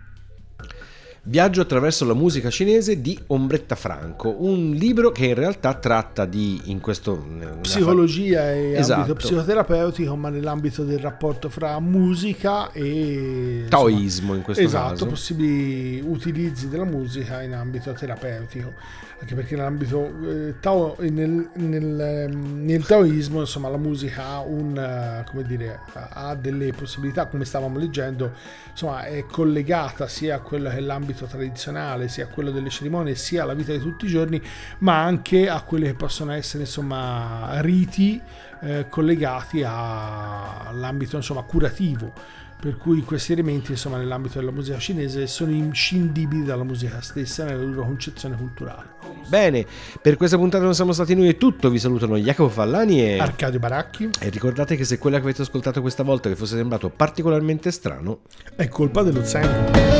Viaggio attraverso la musica cinese di Ombretta Franco, un libro che in realtà tratta di, in questo, psicologia e esatto, ambito psicoterapeutico, ma nell'ambito del rapporto fra musica e taoismo, insomma, in questo esatto, caso, possibili utilizzi della musica in ambito terapeutico, anche perché nell'ambito eh, tao, nel, nel, nel taoismo, insomma, la musica ha un, come dire, ha delle possibilità, come stavamo leggendo, insomma, è collegata sia a quello che è l'ambito tradizionale, sia a quello delle cerimonie, sia alla vita di tutti i giorni, ma anche a quelli che possono essere, insomma, riti eh, collegati a, all'ambito, insomma, curativo, per cui questi elementi, insomma, nell'ambito della musica cinese sono inscindibili dalla musica stessa nella loro concezione culturale. Bene, per questa puntata non siamo stati noi, è tutto. Vi salutano Jacopo Fallani e Arcadio Baracchi, e ricordate che se quello che avete ascoltato questa volta vi fosse sembrato particolarmente strano, è colpa dello Zen.